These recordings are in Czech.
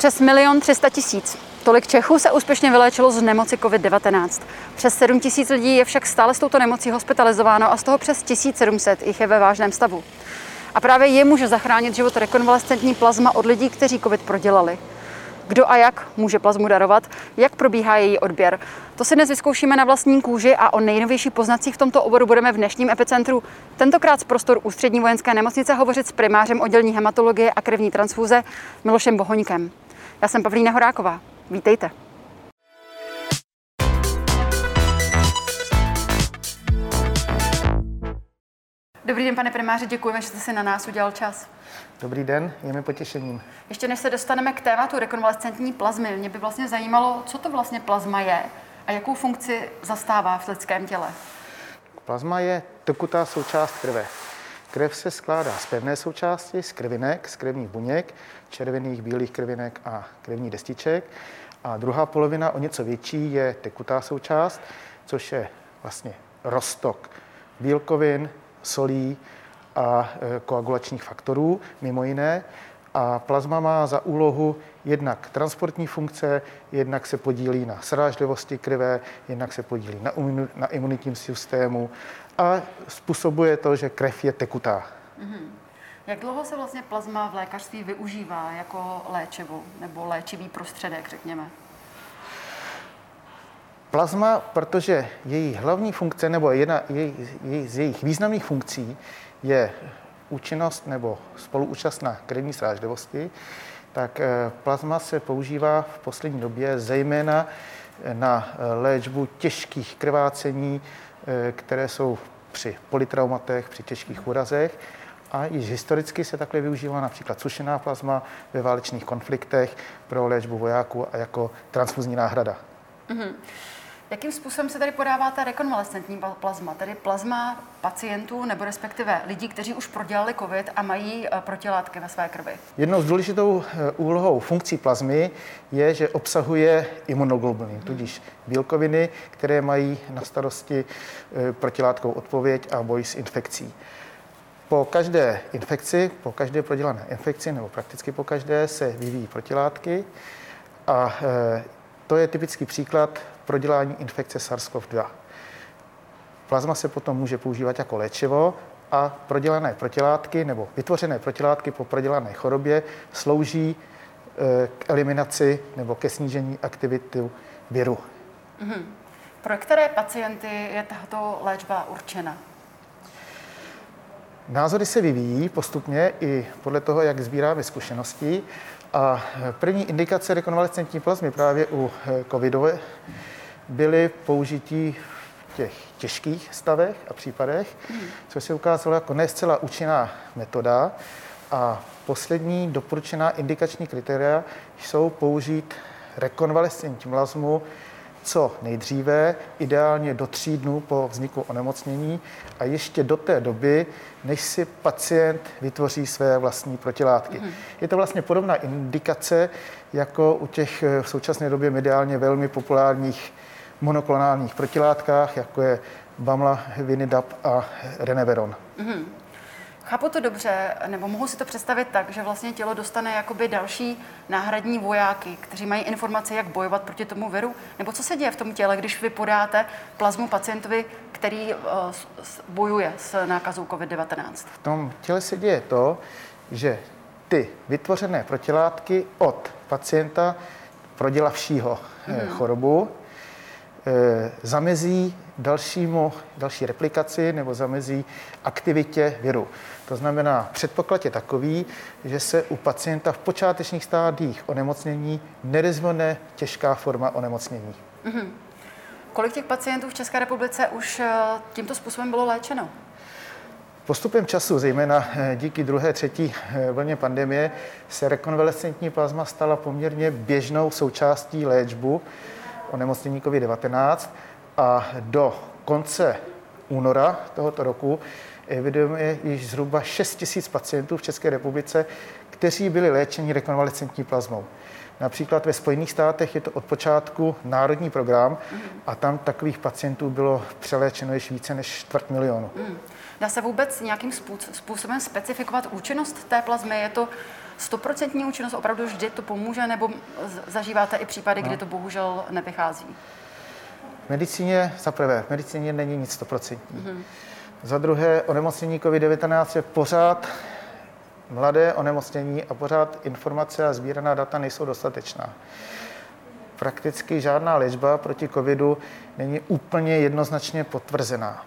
Přes 1 300 000. Tolik Čechů se úspěšně vyléčilo z nemoci COVID-19. Přes 7 000 lidí je však stále s touto nemocí hospitalizováno a z toho přes 1700 jich je ve vážném stavu. A právě je může zachránit život rekonvalescentní plazma od lidí, kteří COVID prodělali. Kdo a jak může plazmu darovat, jak probíhá její odběr. To si dnes vyzkoušíme na vlastní kůži a o nejnovější poznatcích v tomto oboru budeme v dnešním epicentru, tentokrát z prostor Ústřední vojenské nemocnice, hovořit s primářem oddělení hematologie a krevní transfúze Milošem Bohoňkem. Já jsem Pavlína Horáková. Vítejte. Dobrý den, pane primáře, děkujeme, že jste si na nás udělal čas. Dobrý den, je mi potěšením. Ještě než se dostaneme k tématu rekonvalescentní plazmy, mě by vlastně zajímalo, co to vlastně plazma je a jakou funkci zastává v lidském těle. Plazma je tekutá součást krve. Krev se skládá z pevné součásti, z krvinek, z krevních buněk, červených, bílých krvinek a krevních destiček. A druhá polovina, o něco větší, je tekutá součást, což je vlastně roztok bílkovin, solí a koagulačních faktorů, mimo jiné. A plazma má za úlohu jednak transportní funkce, jednak se podílí na srážlivosti krve, jednak se podílí na imunitním systému a způsobuje to, že krev je tekutá. Jak dlouho se vlastně plazma v lékařství využívá jako léčivo nebo léčivý prostředek, řekněme? Plazma, protože její hlavní funkce nebo jedna z jejich významných funkcí je účinnost nebo spoluúčast na krevní srážlivosti, tak plazma se používá v poslední době zejména na léčbu těžkých krvácení, které jsou při polytraumatech, při těžkých úrazech. A již historicky se takhle využívala například sušená plazma ve válečných konfliktech pro léčbu vojáků a jako transfuzní náhrada. Jakým způsobem se tady podává ta rekonvalescentní plazma, tedy plazma pacientů nebo respektive lidí, kteří už prodělali COVID a mají protilátky ve své krvi? Jednou z důležitou úlohou funkcí plazmy je, že obsahuje imunoglobuliny, tudíž bílkoviny, které mají na starosti protilátkovou odpověď a boj s infekcí. Po každé infekci, po každé prodělané infekci, nebo prakticky po každé, se vyvíjí protilátky a to je typický příklad prodělání infekce SARS-CoV-2. Plazma se potom může používat jako léčivo a prodělané protilátky nebo vytvořené protilátky po prodělané chorobě slouží k eliminaci nebo ke snížení aktivity viru. Pro které pacienty je tato léčba určena? Názory se vyvíjí postupně i podle toho, jak sbíráme zkušenosti. A první indikace rekonvalescentní plazmy právě u covidu byly použití v těch těžkých stavech a případech, což se ukázalo jako ne zcela účinná metoda. A poslední doporučená indikační kritéria jsou použít rekonvalescentní plazmu co nejdříve, ideálně do 3 dnů po vzniku onemocnění a ještě do té doby, než si pacient vytvoří své vlastní protilátky. Je to vlastně podobná indikace jako u těch v současné době mediálně velmi populárních monoklonálních protilátkách, jako je Bamlanivimab a Reneveron. Chápu to dobře, nebo mohu si to představit tak, že vlastně tělo dostane jakoby další náhradní vojáky, kteří mají informace, jak bojovat proti tomu viru? Nebo co se děje v tom těle, když vy podáte plazmu pacientovi, který bojuje s nákazou COVID-19? V tom těle se děje to, že ty vytvořené protilátky od pacienta prodělavšího chorobu zamezí další replikaci nebo zamezí aktivitě viru. To znamená, předpoklad je takový, že se u pacienta v počátečních stádiích onemocnění nerozvine těžká forma onemocnění. Kolik těch pacientů v České republice už tímto způsobem bylo léčeno? Postupem času, zejména díky druhé, třetí vlně pandemie, se rekonvalescentní plazma stala poměrně běžnou součástí léčbu onemocnění COVID-19 a do konce února tohoto roku evidujeme již zhruba 6 000 pacientů v České republice, kteří byli léčeni rekonvalescentní plazmou. Například ve Spojených státech je to od počátku národní program a tam takových pacientů bylo přeléčeno již více než 250 000. Dá se vůbec nějakým způsobem specifikovat účinnost té plazmy? Je to 100% účinnost, opravdu vždy to pomůže, nebo zažíváte i případy, kdy to bohužel nevychází? V medicíně není nic 100%. Za druhé, onemocnění COVID-19 je pořád mladé onemocnění a pořád informace a sbíraná data nejsou dostatečná. Prakticky žádná léčba proti covidu není úplně jednoznačně potvrzená.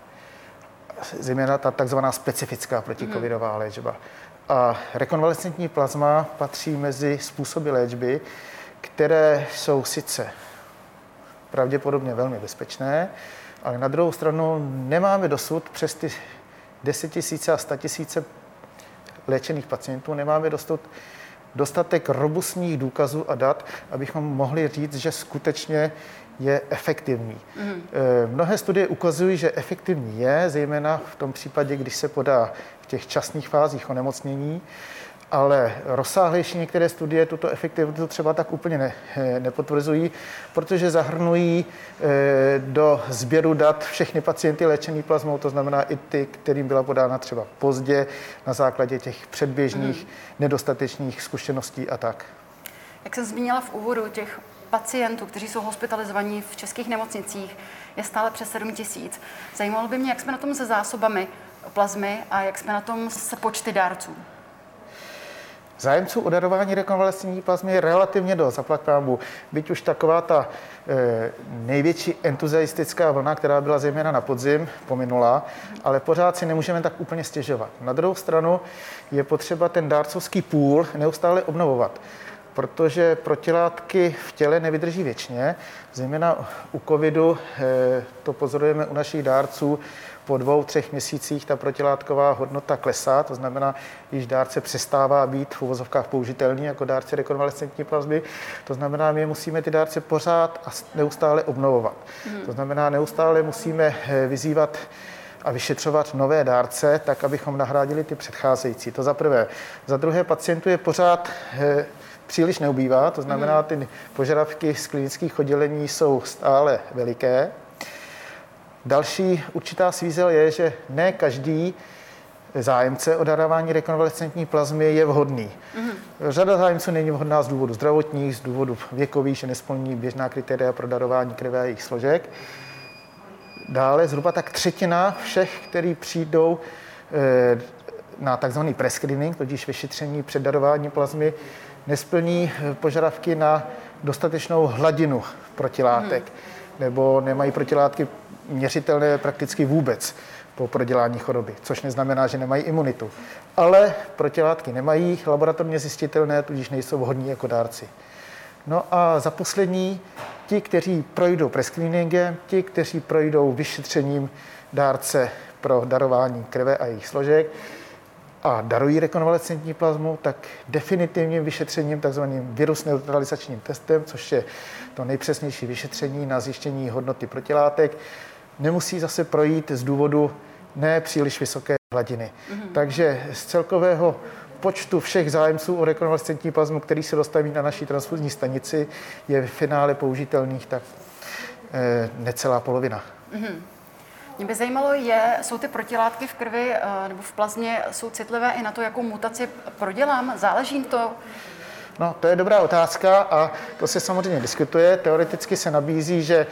Zejména ta takzvaná specifická protikovidová léčba. A rekonvalescentní plazma patří mezi způsoby léčby, které jsou sice pravděpodobně velmi bezpečné, ale na druhou stranu nemáme dosud přes ty 10 000 a 100 000 léčených pacientů, nemáme dostatek robustních důkazů a dat, abychom mohli říct, že skutečně je efektivní. Mnohé studie ukazují, že efektivní je, zejména v tom případě, když se podá v těch časných fázích onemocnění, ale rozsáhlejší některé studie tuto efektivitu třeba tak úplně nepotvrzují, protože zahrnují do sběru dat všechny pacienty léčený plazmou, to znamená i ty, kterým byla podána třeba pozdě na základě těch předběžných nedostatečných zkušeností a tak. Jak jsem zmínila v úvodu, těch pacientů, kteří jsou hospitalizovaní v českých nemocnicích, je stále přes 7 000. Zajímalo by mě, jak jsme na tom se zásobami plazmy a jak jsme na tom se počty dárců. Zájemců o darování rekonvalescentní plazmy je relativně dost, zaplať pánbůh. Byť už taková ta největší entuziastická vlna, která byla zejména na podzim, pominula, ale pořád si nemůžeme tak úplně stěžovat. Na druhou stranu je potřeba ten dárcovský půl neustále obnovovat, protože protilátky v těle nevydrží věčně. Zejména u covidu to pozorujeme u našich dárců. Po 2-3 měsících ta protilátková hodnota klesá, to znamená, když dárce přestává být v uvozovkách použitelný jako dárce rekonvalescentní plazmy, to znamená, my musíme ty dárce pořád a neustále obnovovat. To znamená, neustále musíme vyzývat a vyšetřovat nové dárce, tak abychom nahradili ty předcházející. To za prvé. Za druhé, pacientů je pořád příliš neubývá, to znamená, ty požadavky z klinických oddělení jsou stále veliké. Další určitá svízel je, že ne každý zájemce o darování rekonvalescentní plazmy je vhodný. Řada zájemců není vhodná z důvodu zdravotních, z důvodu věkových, že nesplní běžná kritéria pro darování krve a jejich složek. Dále zhruba tak 1/3 všech, kteří přijdou na takzvaný prescreening, totiž vyšetření před darováním plazmy, nesplní požadavky na dostatečnou hladinu protilátek, nebo nemají protilátky měřitelné prakticky vůbec po prodělání choroby, což neznamená, že nemají imunitu. Ale protilátky nemají laboratorně zjistitelné, tudíž nejsou vhodní jako dárci. No a za poslední, ti, kteří projdou prescreeningem, ti, kteří projdou vyšetřením dárce pro darování krve a jejich složek a darují rekonvalescentní plazmu, tak definitivním vyšetřením, takzvaným virus neutralizačním testem, což je to nejpřesnější vyšetření na zjištění hodnoty protilátek, nemusí zase projít z důvodu nepříliš vysoké hladiny. Takže z celkového počtu všech zájemců o rekonvalescentní plazmu, který se dostaví na naší transfuzní stanici, je v finále použitelných tak necelá polovina. Mě by zajímalo, jsou ty protilátky v krvi nebo v plazmě jsou citlivé i na to, jakou mutaci prodělám? Záleží to? No, to je dobrá otázka a to se samozřejmě diskutuje. Teoreticky se nabízí, že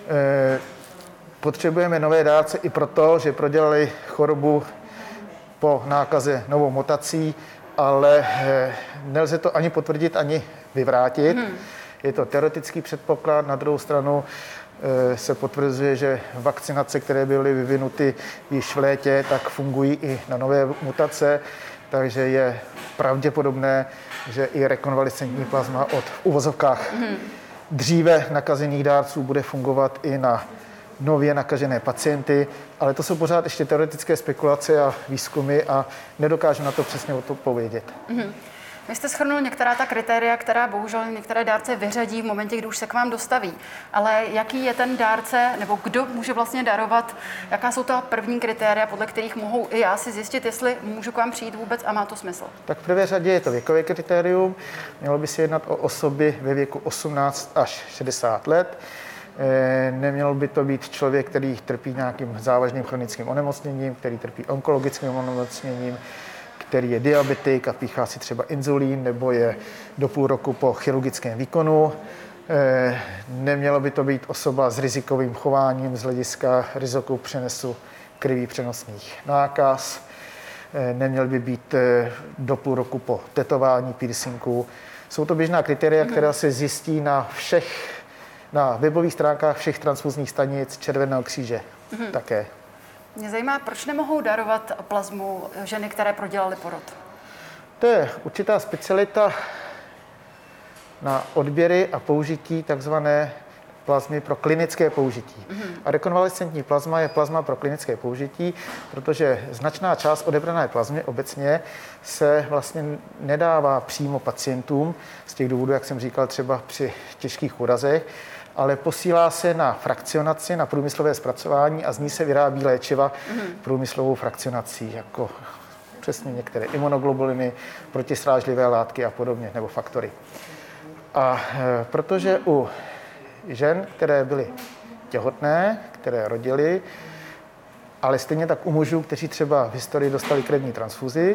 potřebujeme nové dárce i proto, že prodělali chorobu po nákaze novou mutací, ale nelze to ani potvrdit, ani vyvrátit. Je to teoretický předpoklad, na druhou stranu se potvrzuje, že vakcinace, které byly vyvinuty již v létě, tak fungují i na nové mutace, takže je pravděpodobné, že i rekonvalescentní plazma od v uvozovkách dříve nakažených dárců bude fungovat i na nově nakažené pacienty, ale to jsou pořád ještě teoretické spekulace a výzkumy a nedokážu na to přesně odpovědět. Vy jste shrnul některá ta kritéria, která bohužel některé dárce vyřadí v momentě, kdy už se k vám dostaví. Ale jaký je ten dárce, nebo kdo může vlastně darovat, jaká jsou ta první kritéria, podle kterých mohou i já si zjistit, jestli můžu k vám přijít vůbec a má to smysl? Tak v prvé řadě je to věkové kritérium. Mělo by se jednat o osoby ve věku 18 až 60 let. Neměl by to být člověk, který trpí nějakým závažným chronickým onemocněním, který trpí onkologickým onemocněním, který je diabetik a píchá si třeba inzulín, nebo je do půl roku po chirurgickém výkonu. Nemělo by to být osoba s rizikovým chováním z hlediska riziku přenesu krví přenosných nákaz. Neměl by být do půl roku po tetování, piercingu. Jsou to běžná kritéria, která se zjistí na webových stránkách všech transfuzních stanic Červeného kříže také. Mě zajímá, proč nemohou darovat plazmu ženy, které prodělaly porod? To je určitá specialita na odběry a použití takzvané plazmy pro klinické použití. A rekonvalescentní plazma je plazma pro klinické použití, protože značná část odebrané plazmy obecně se vlastně nedává přímo pacientům z těch důvodů, jak jsem říkal, třeba při těžkých úrazech, ale posílá se na frakcionaci, na průmyslové zpracování a z ní se vyrábí léčiva průmyslovou frakcionací, jako přesně některé imunoglobuliny, protisrážlivé látky a podobně, nebo faktory. A protože u žen, které byly těhotné, které rodily, ale stejně tak u mužů, kteří třeba v historii dostali krevní transfuzi,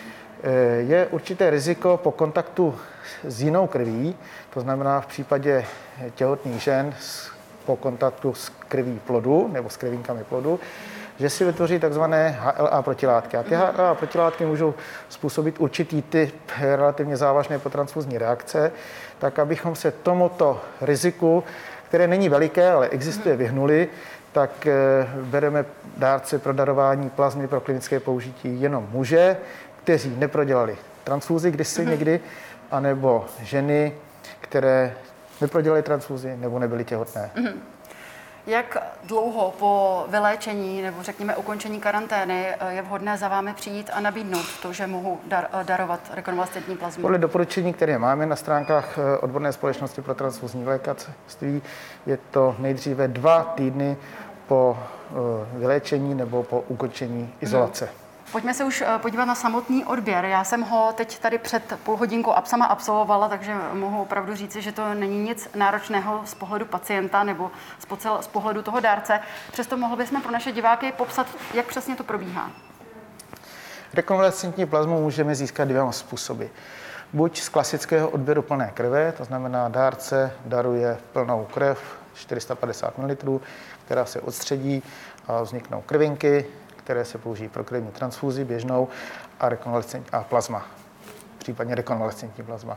je určité riziko po kontaktu s jinou krví, to znamená v případě těhotných žen po kontaktu s krví plodu nebo s krvinkami plodu, že si vytvoří takzvané HLA protilátky. A ty HLA protilátky můžou způsobit určitý typ relativně závažné potransfuzní reakce, tak abychom se tomuto riziku, které není veliké, ale existuje, vyhnuli, tak bereme dárce pro darování plazmy pro klinické použití jenom muže, kteří neprodělali transfuzi kdysi někdy, anebo ženy, které neprodělali transfuzi nebo nebyly těhotné. Jak dlouho po vyléčení nebo řekněme ukončení karantény je vhodné za vámi přijít a nabídnout to, že mohu darovat rekonvalescentní plazmu? Podle doporučení, které máme na stránkách Odborné společnosti pro transfuzní lékařství, je to nejdříve 2 týdny po vyléčení nebo po ukončení izolace. Pojďme se už podívat na samotný odběr. Já jsem ho teď tady před půl hodinkou sama absolvovala, takže mohu opravdu říci, že to není nic náročného z pohledu pacienta nebo z pohledu toho dárce. Přesto mohli bychom pro naše diváky popsat, jak přesně to probíhá. Rekonvalescentní plazmu můžeme získat 2 způsoby. Buď z klasického odběru plné krve, to znamená dárce daruje plnou krev 450 ml, která se odstředí a vzniknou krvinky, které se použijí pro krevní transfuzi běžnou a plazma, případně rekonvalescentní plazma.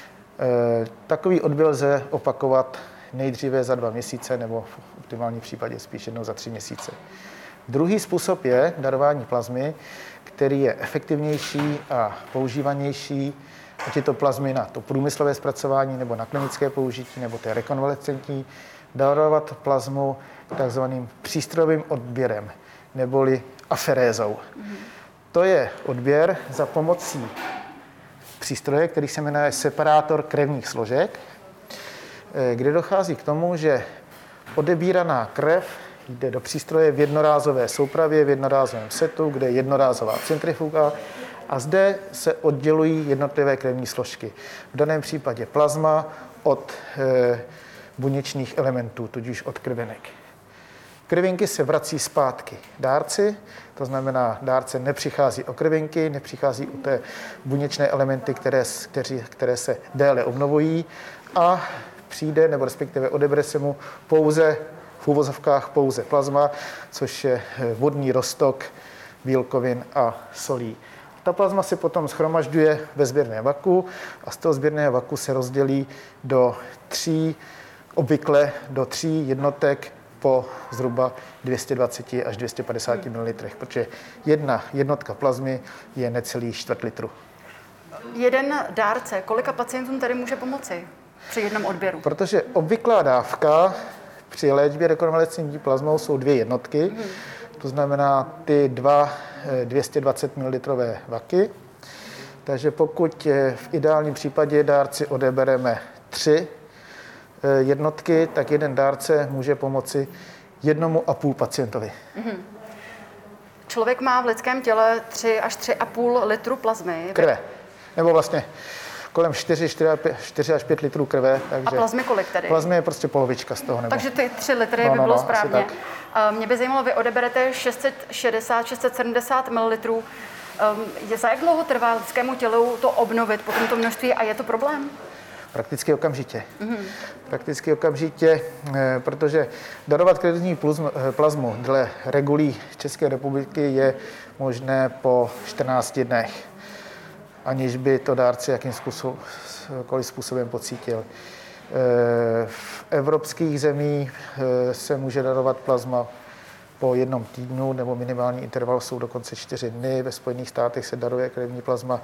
Takový odběr lze opakovat nejdříve za 2 měsíce nebo v optimálním případě spíš jednou za 3 měsíce. Druhý způsob je darování plazmy, který je efektivnější a používanější, ať je to plazmy na to průmyslové zpracování nebo na klinické použití nebo té rekonvalescentní, darovat plazmu takzvaným přístrojovým odběrem, neboli aferézou. To je odběr za pomocí přístroje, který se jmenuje separátor krevních složek, kde dochází k tomu, že odebíraná krev jde do přístroje v jednorázové soupravě, v jednorázovém setu, kde je jednorázová centrifuga a zde se oddělují jednotlivé krevní složky. V daném případě plazma od buněčných elementů, tudíž od krvinek. Krvinky se vrací zpátky dárci, to znamená, dárce nepřichází o krvinky, nepřichází o té buněčné elementy, které se déle obnovují a přijde, nebo respektive odebere se mu pouze, v uvozovkách pouze plazma, což je vodní roztok bílkovin a solí. Ta plazma se potom shromažďuje ve sběrném vaku a z toho sběrného vaku se rozdělí do 3 jednotek po zhruba 220 až 250 ml, protože jedna jednotka plazmy je necelý 4 litru. Jeden dárce, kolika pacientům tady může pomoci při jednom odběru? Protože obvyklá dávka při léčbě rekonvalescentní plazmou jsou 2 jednotky, to znamená ty 2 220 ml vaky. Takže pokud v ideálním případě dárci odebereme 3 jednotky, tak jeden dárce může pomoci 1,5 pacientovi. Člověk má v lidském těle 3 až 3,5 litru plazmy. Krve. Nebo vlastně kolem 4 až 5 litrů krve. Takže a plazmy kolik tedy? Plazmy je prostě polovička z toho. Nebo... Takže ty 3 litry by bylo správně. Mě by zajímalo, vy odeberete 660-670 ml. Za jak dlouho trvá lidskému tělu to obnovit po tomto množství a je to problém? Prakticky okamžitě. Prakticky okamžitě, protože darovat krevní plazmu dle regulí České republiky je možné po 14 dnech, aniž by to dárce jakýmkoliv způsobem pocítil. V evropských zemích se může darovat plazma po 1 týdnu, nebo minimální interval jsou dokonce 4 dny. Ve Spojených státech se daruje krevní plazma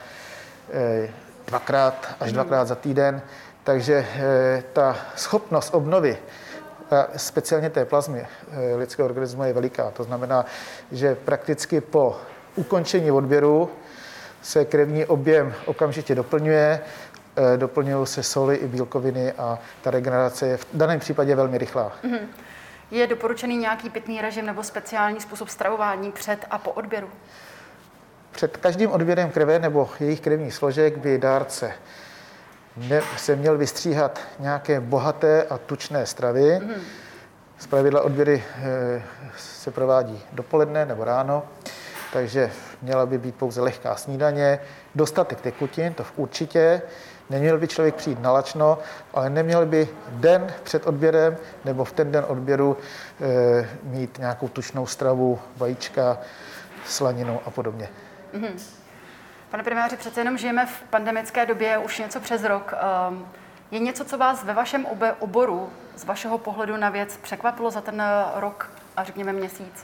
2x až 2x za týden. Takže ta schopnost obnovy, speciálně té plazmy lidského organismu, je veliká. To znamená, že prakticky po ukončení odběru se krevní objem okamžitě doplňuje, doplňují se soli i bílkoviny a ta regenerace je v daném případě velmi rychlá. Je doporučený nějaký pitný režim nebo speciální způsob stravování před a po odběru? Před každým odběrem krve nebo jejich krevních složek by dárce se měl vystříhat nějaké bohaté a tučné stravy. Zpravidla odběry se provádí dopoledne nebo ráno, takže měla by být pouze lehká snídaně, dostatek tekutin, to určitě. Neměl by člověk přijít nalačno, ale neměl by den před odběrem nebo v ten den odběru mít nějakou tučnou stravu, vajíčka, slaninu a podobně. Pane premiére, přece jenom žijeme v pandemické době už něco přes rok. Je něco, co vás ve vašem oboru, z vašeho pohledu na věc, překvapilo za ten rok a řekněme měsíc?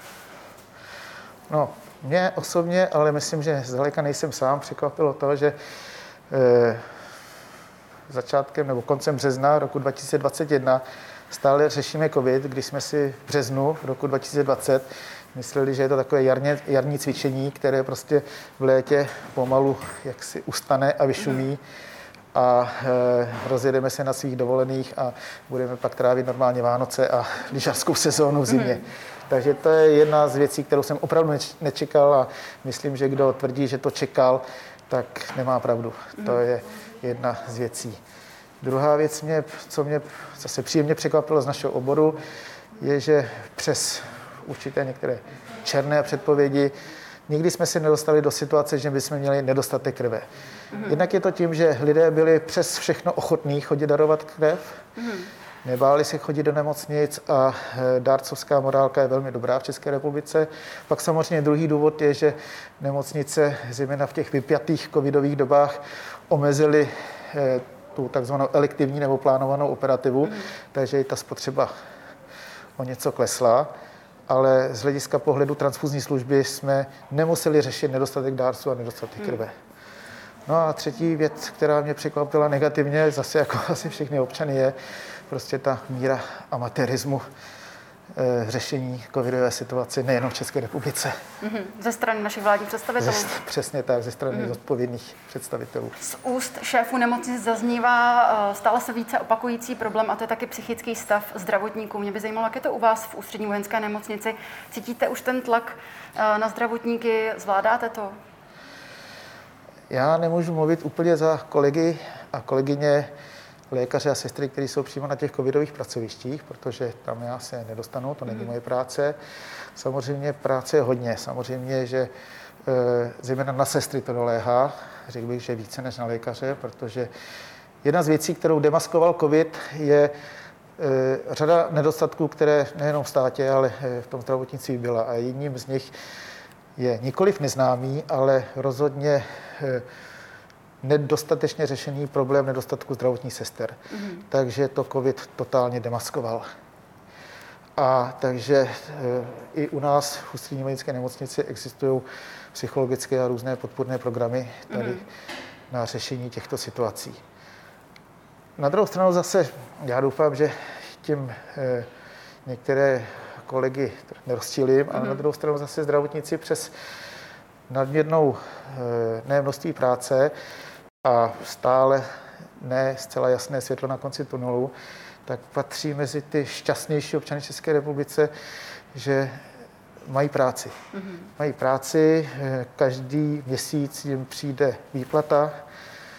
No, mě osobně, ale myslím, že zdaleka nejsem sám, překvapilo to, že začátkem nebo koncem března roku 2021 stále řešíme covid, když jsme si v březnu roku 2020 mysleli, že je to takové jarní cvičení, které prostě v létě pomalu jaksi ustane a vyšumí a rozjedeme se na svých dovolených a budeme pak trávit normálně Vánoce a lyžařskou sezónu v zimě. Takže to je jedna z věcí, kterou jsem opravdu nečekal a myslím, že kdo tvrdí, že to čekal, tak nemá pravdu. To je jedna z věcí. Druhá věc, co mě zase příjemně překvapilo z našeho oboru, je, že přes určité některé černé předpovědi nikdy jsme se nedostali do situace, že bychom měli nedostatek krve. Jednak je to tím, že lidé byli přes všechno ochotní chodit darovat krev, nebáli se chodit do nemocnic a dárcovská morálka je velmi dobrá v České republice. Pak samozřejmě druhý důvod je, že nemocnice, zejména v těch vypjatých covidových dobách, omezily tu takzvanou elektivní nebo plánovanou operativu, takže i ta spotřeba o něco klesla. Ale z hlediska pohledu transfuzní služby jsme nemuseli řešit nedostatek dárců a nedostatek krve. No a třetí věc, která mě překvapila negativně, zase jako asi všechny občany, je prostě ta míra amatérismu řešení covidové situace nejenom v České republice. Ze strany našich vládních představitelů? Přesně tak, ze strany zodpovědných představitelů. Z úst šéfů nemocnic zaznívá stále se více opakující problém a to je taky psychický stav zdravotníků. Mě by zajímalo, jak je to u vás v Ústřední vojenské nemocnici. Cítíte už ten tlak na zdravotníky? Zvládáte to? Já nemůžu mluvit úplně za kolegy a kolegyně, lékaře a sestry, kteří jsou přímo na těch covidových pracovištích, protože tam já se nedostanu, to není moje práce. Samozřejmě práce je hodně, samozřejmě, že zejména na sestry to doléhá, řekl bych, že více než na lékaře, protože jedna z věcí, kterou demaskoval covid, je řada nedostatků, které nejenom v státě, ale v tom zdravotnictví byla. A jedním z nich je nikoliv neznámý, ale rozhodně nedostatečně řešený problém nedostatku zdravotních sester. Takže to covid totálně demaskoval. A takže i u nás v Ústřední vojenské nemocnici existují psychologické a různé podpůrné programy tady na řešení těchto situací. Na druhou stranu zase, já doufám, že tím některé kolegy nerozčilím, ale na druhou stranu zase zdravotníci přes nadměrnou množství práce a stále ne zcela jasné světlo na konci tunelu, tak patří mezi ty šťastnější občany České republice, že mají práci. Mají práci, každý měsíc jim přijde výplata,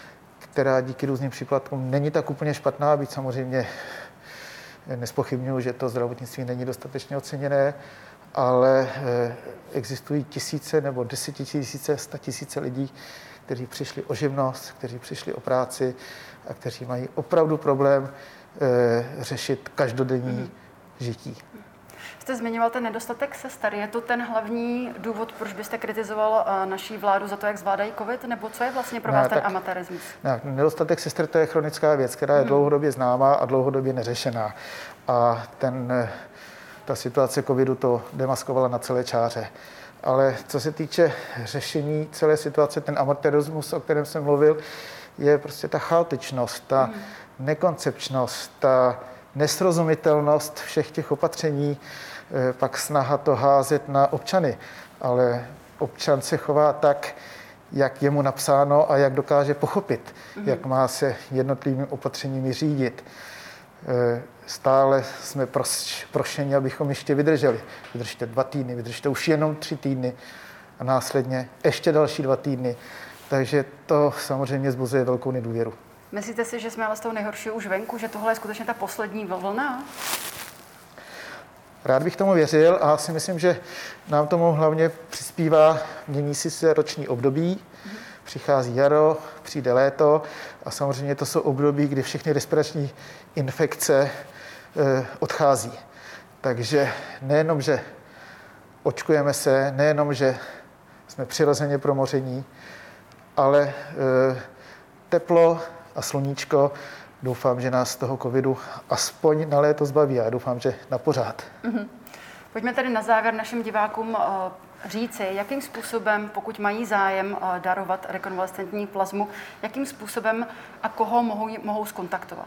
která díky různým příplatkům není tak úplně špatná, byť samozřejmě nezpochybňuji, že to zdravotnictví není dostatečně oceněné, ale existují tisíce nebo desetitisíce, statisíce lidí, kteří přišli o živnost, kteří přišli o práci a kteří mají opravdu problém řešit každodenní žití. Jste zmiňoval ten nedostatek sester. Je to ten hlavní důvod, proč byste kritizoval naší vládu za to, jak zvládají covid, nebo co je vlastně pro vás ten amatérismus? Ne, nedostatek sester, to je chronická věc, která je dlouhodobě známá a dlouhodobě neřešená. A ta situace covidu to demaskovala na celé čáře. Ale co se týče řešení celé situace, ten amatérismus, o kterém jsem mluvil, je prostě ta chaotičnost, ta nekoncepčnost, ta nesrozumitelnost všech těch opatření, pak snaha to házet na občany. Ale občan se chová tak, jak je mu napsáno a jak dokáže pochopit, jak má se jednotlivými opatřeními řídit. Stále jsme prošeni, abychom ještě vydrželi. Vydržte 2 týdny, vydržte už jenom 3 týdny a následně ještě další 2 týdny. Takže to samozřejmě vzbuzuje velkou nedůvěru. Myslíte si, že jsme ale z toho nejhoršího už venku, že tohle je skutečně ta poslední vlna? Rád bych tomu věřil a si myslím, že nám tomu hlavně přispívá, mění si se roční období, přichází jaro, přijde léto a samozřejmě to jsou období, kdy všechny respirační infekce odchází. Takže nejenom, že očkujeme se, nejenom, že jsme přirozeně promoření, ale teplo a sluníčko, doufám, že nás z toho covidu aspoň na léto zbaví a doufám, že na pořád. Pojďme tedy na závěr našim divákům říci, jakým způsobem, pokud mají zájem darovat rekonvalescentní plazmu, jakým způsobem a koho mohou zkontaktovat?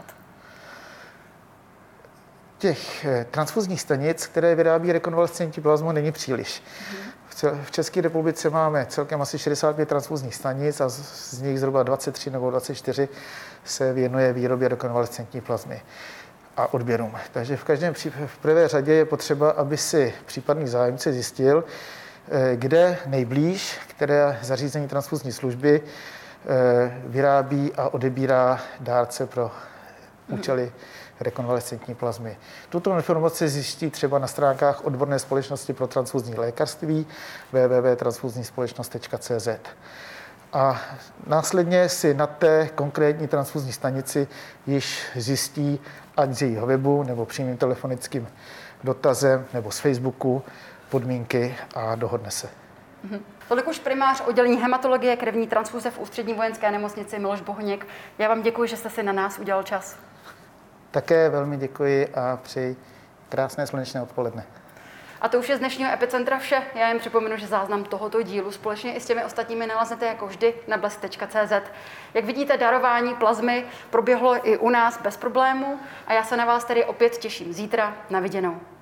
Těch transfuzních stanic, které vyrábí rekonvalescentní plazmu, není příliš. V České republice máme celkem asi 65 transfuzních stanic a z nich zhruba 23 nebo 24 se věnuje výrobě rekonvalescentní plazmy a odběrům. Takže v prvé řadě je potřeba, aby si případný zájemce zjistil, kde nejblíž, které zařízení transfuzní služby vyrábí a odebírá dárce pro účely rekonvalescentní plazmy. Tuto informaci zjistí třeba na stránkách odborné společnosti pro transfuzní lékařství www.transfuznispolečnost.cz. A následně si na té konkrétní transfuzní stanici již zjistí, ať z jejího webu nebo přímým telefonickým dotazem nebo z Facebooku podmínky a dohodne se. Tolik už primář oddělení hematologie krevní transfuze v Ústřední vojenské nemocnici Miloš Bohník. Já vám děkuji, že jste si na nás udělal čas. Také velmi děkuji a přeji krásné slunečné odpoledne. A to už je z dnešního Epicentra vše. Já jen připomenu, že záznam tohoto dílu společně i s těmi ostatními naleznete jako vždy na blesk.cz. Jak vidíte, darování plazmy proběhlo i u nás bez problémů a já se na vás tedy opět těším zítra. Na viděnou.